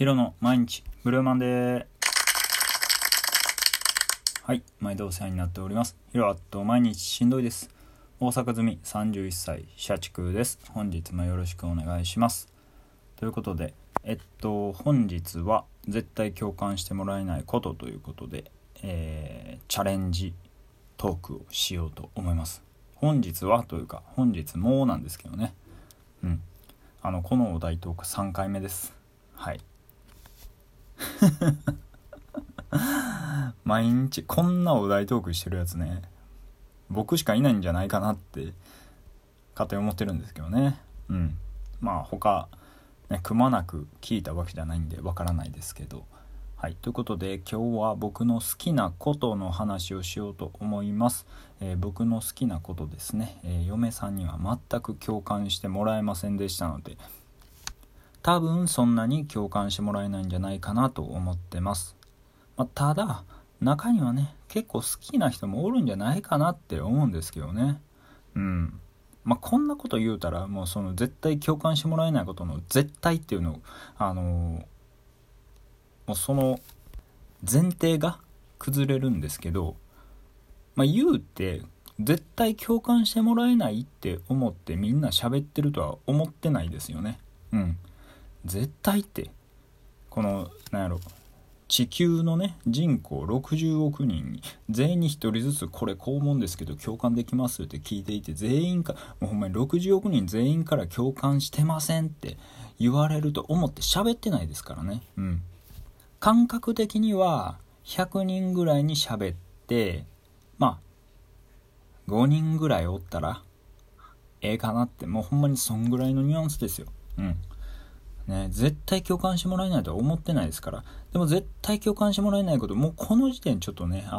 ヒロの毎日ブルーマンデー。はい、毎度お世話になっております。ヒロ毎日しんどいです。大阪住み31歳社畜です。本日もよろしくお願いします。ということで本日は絶対共感してもらえないことということで、チャレンジトークをしようと思います。本日はというか本日もなんですけどね、このお題トーク3回目です。はい。毎日こんなお題トークしてるやつね、僕しかいないんじゃないかなって勝手に思ってるんですけどね。まあ他ねくまなく聞いたわけじゃないんでわからないですけど、はい、ということで今日は僕の好きなことの話をしようと思います。僕の好きなことですね、嫁さんには全く共感してもらえませんでしたので、多分そんなに共感してもらえないんじゃないかなと思ってます。ただ中にはね結構好きな人もおるんじゃないかなって思うんですけどね。こんなこと言うたらもうその絶対共感してもらえないことの絶対っていうのをもうその前提が崩れるんですけど、言うて絶対共感してもらえないって思ってみんな喋ってるとは思ってないですよね。絶対ってこの地球のね人口60億人に全員に1人ずつこれこう思うんですけど共感できますって聞いていて、全員かもうほんまに60億人全員から共感してませんって言われると思って喋ってないですからね。感覚的には100人ぐらいに喋って5人ぐらいおったらええかなって、もうほんまにそんぐらいのニュアンスですよ。絶対共感してもらえないとは思ってないですから。でも絶対共感してもらえないこと、もうこの時点ちょっとね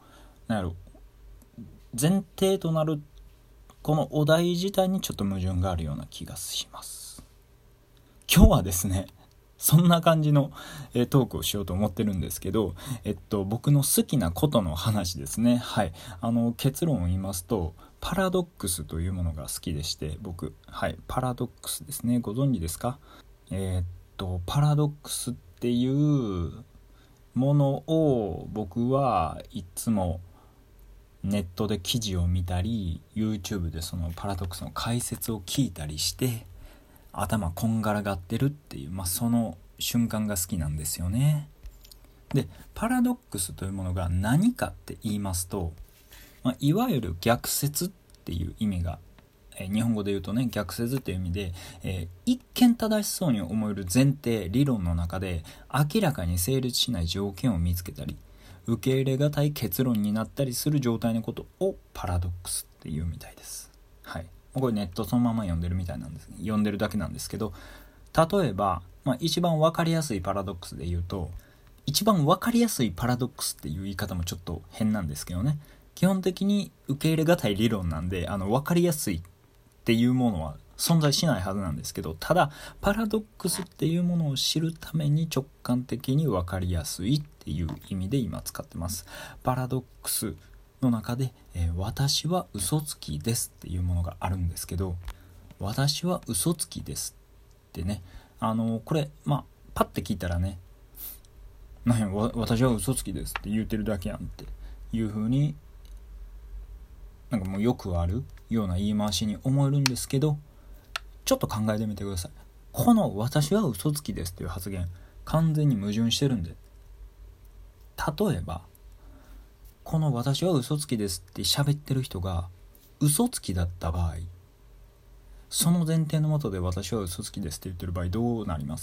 前提となるこのお題自体にちょっと矛盾があるような気がします。今日はですねそんな感じのトークをしようと思ってるんですけど、僕の好きなことの話ですね。はい、結論を言いますとパラドックスというものが好きでして、僕パラドックスですね、ご存知ですか？パラドックスっていうものを僕はいつもネットで記事を見たり YouTube でそのパラドックスの解説を聞いたりして頭こんがらがってるっていう、その瞬間が好きなんですよね。でパラドックスというものが何かって言いますと、いわゆる逆説っていう意味が日本語で言うとね逆説っていう意味で、一見正しそうに思える前提理論の中で明らかに成立しない条件を見つけたり受け入れがたい結論になったりする状態のことをパラドックスっていうみたいです。これネットそのまま読んでるみたいなんです、読んでるだけなんですけど、例えば、一番分かりやすいパラドックスで言うと、一番分かりやすいパラドックスっていう言い方もちょっと変なんですけどね、基本的に受け入れがたい理論なんで分かりやすいっていうものは存在しないはずなんですけど、ただパラドックスっていうものを知るために直感的に分かりやすいっていう意味で今使ってます。パラドックスの中で、私は嘘つきですっていうものがあるんですけど、私は嘘つきですってね、これパッて聞いたらね、私は嘘つきですって言うてるだけやんっていう風にもうよくあるような言い回しに思えるんですけど、ちょっと考えてみてください。この私は嘘つきですっていう発言完全に矛盾してるんで、例えばこの私は嘘つきですって喋ってる人が嘘つきだった場合、その前提のもとで私は嘘つきですって言ってる場合どうなります？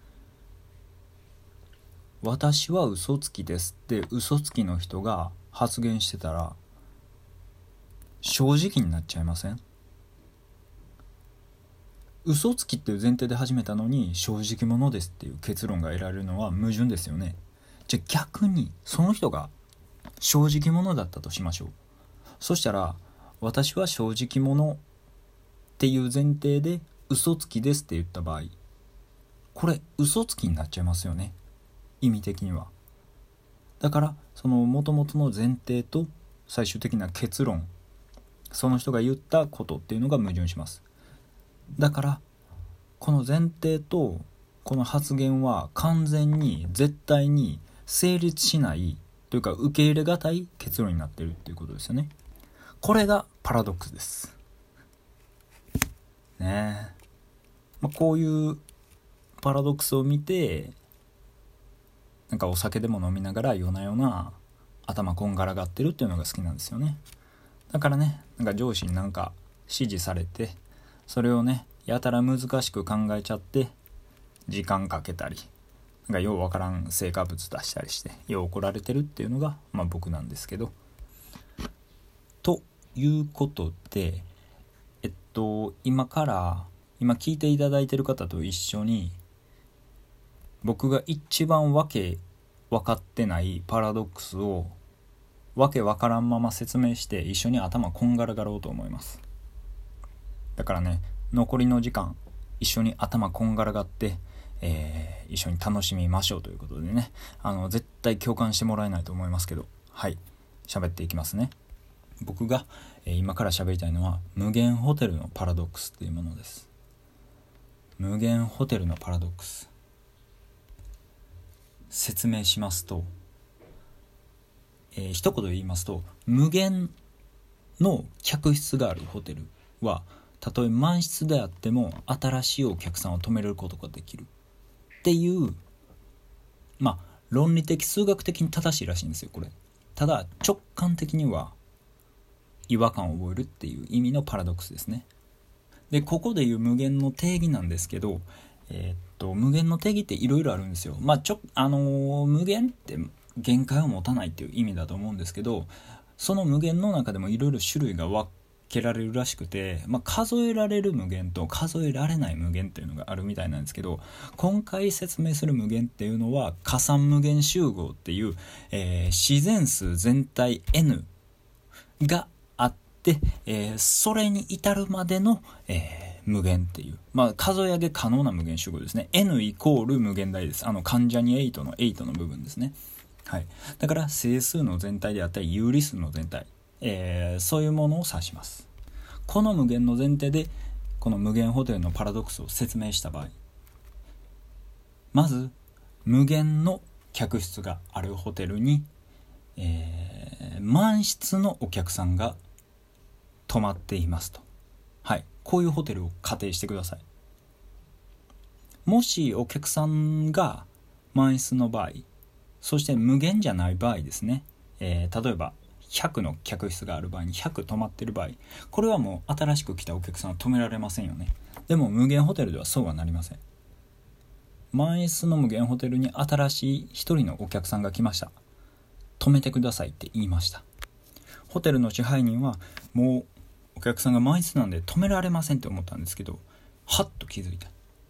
私は嘘つきですって嘘つきの人が発言してたら正直になっちゃいません？嘘つきっていう前提で始めたのに正直者ですっていう結論が得られるのは矛盾ですよね。じゃあ逆にその人が正直者だったとしましょう。そしたら私は正直者っていう前提で嘘つきですって言った場合、これ嘘つきになっちゃいますよね、意味的には。だからその元々の前提と最終的な結論、その人が言ったことっていうのが矛盾します。だからこの前提とこの発言は完全に絶対に成立しないというか受け入れがたい結論になっているっていうことですよね。これがパラドックスですね。こういうパラドックスを見てなんかお酒でも飲みながら夜な夜な頭こんがらがってるっていうのが好きなんですよね。だからね、なんか上司になんか指示されてそれをねやたら難しく考えちゃって時間かけたりなんかようわからん成果物出したりしてよう怒られてるっていうのが僕なんですけど、ということで今聞いていただいてる方と一緒に僕が一番わけ分かってないパラドックスをわけわからんまま説明して一緒に頭こんがらがろうと思います。だからね、残りの時間一緒に頭こんがらがって、一緒に楽しみましょうということでね、絶対共感してもらえないと思いますけど、はい喋っていきますね。僕が、今から喋りたいのは無限ホテルのパラドックスっていうものです。無限ホテルのパラドックス、説明しますと、一言で言いますと、無限の客室があるホテルはたとえ満室であっても新しいお客さんを止めることができるっていう論理的数学的に正しいらしいんですよこれ。ただ直感的には違和感を覚えるっていう意味のパラドックスですね。でここでいう無限の定義なんですけど、無限の定義っていろいろあるんですよ。無限って限界を持たないっていう意味だと思うんですけど、その無限の中でもいろいろ種類が分けられるらしくて、数えられる無限と数えられない無限っていうのがあるみたいなんですけど、今回説明する無限っていうのは加算無限集合っていう、自然数全体 N があって、それに至るまでの、無限っていう、数え上げ可能な無限集合ですね。 N イコール無限大です。関ジャニ8の8の部分ですね。はい、だから整数の全体であったり有理数の全体、そういうものを指します。この無限の前提でこの無限ホテルのパラドックスを説明した場合、まず無限の客室があるホテルに、満室のお客さんが泊まっていますと。はい、こういうホテルを仮定してください。もしお客さんが満室の場合、そして無限じゃない場合ですね、例えば100の客室がある場合に100泊まってる場合、これはもう新しく来たお客さんは止められませんよね。でも無限ホテルではそうはなりません。満室の無限ホテルに新しい一人のお客さんが来ました。止めてくださいって言いました。ホテルの支配人はもうお客さんが満室なんで止められませんって思ったんですけど、はっと気づいた。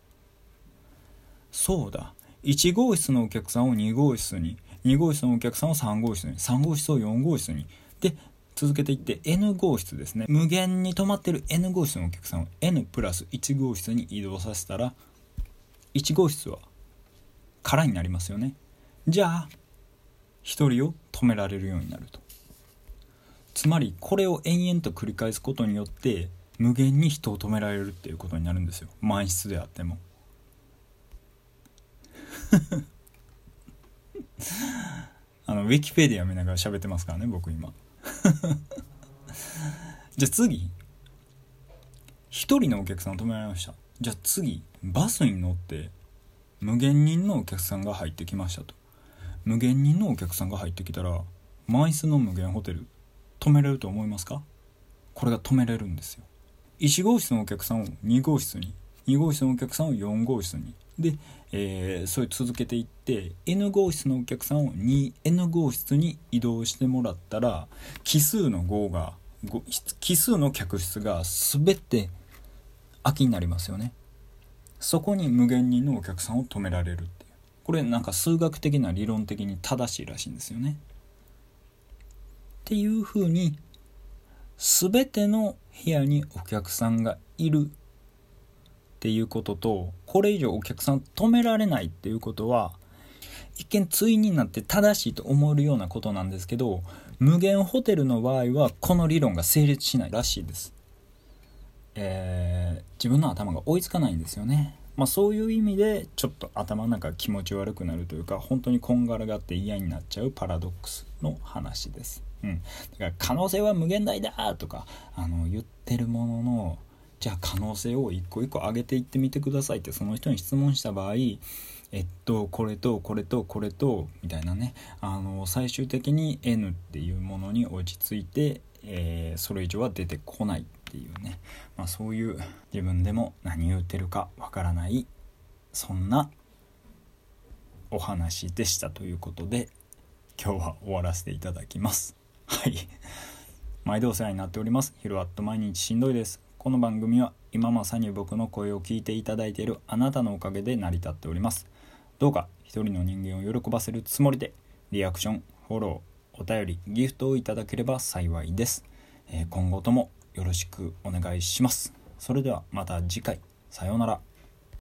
そうだ、1号室のお客さんを2号室に、2号室のお客さんを3号室に、3号室を4号室に、で続けていって N 号室ですね、無限に泊まってる N 号室のお客さんを N プラス1号室に移動させたら1号室は空になりますよね。じゃあ1人を止められるようになると。つまりこれを延々と繰り返すことによって無限に人を止められるっていうことになるんですよ、満室であっても。ウィキペディア見ながら喋ってますからね僕今。じゃあ次、一人のお客さんを止められました。じゃあ次バスに乗って無限人のお客さんが入ってきましたと。無限人のお客さんが入ってきたら満室の無限ホテル止めれると思いますか？これが止めれるんですよ。1号室のお客さんを2号室に、2号室のお客さんを4号室にで、それ続けていって N 号室のお客さんを 2N 号室に移動してもらったら奇数の客室が全て空きになりますよね。そこに無限人のお客さんを止められるっていう、これなんか数学的な理論的に正しいらしいんですよね。っていう風に全ての部屋にお客さんがいるっていうことと、これ以上お客さん止められないっていうことは一見対になって正しいと思えるようなことなんですけど、無限ホテルの場合はこの理論が成立しないらしいです。自分の頭が追いつかないんですよね。 そういう意味でちょっと頭の中が気持ち悪くなるというか、本当にこんがらがって嫌になっちゃうパラドックスの話です。だから可能性は無限大だとか言ってるものの、じゃあ可能性を一個一個上げていってみてくださいってその人に質問した場合、これとこれとこれとみたいなね、最終的に N っていうものに落ち着いて、それ以上は出てこないっていうね、そういう自分でも何言ってるかわからない、そんなお話でしたということで、今日は終わらせていただきます。はい、毎度お世話になっておりますヒロアット毎日しんどいです。この番組は今まさに僕の声を聞いていただいているあなたのおかげで成り立っております。どうか一人の人間を喜ばせるつもりでリアクション、フォロー、お便り、ギフトをいただければ幸いです。今後ともよろしくお願いします。それではまた次回、さようなら。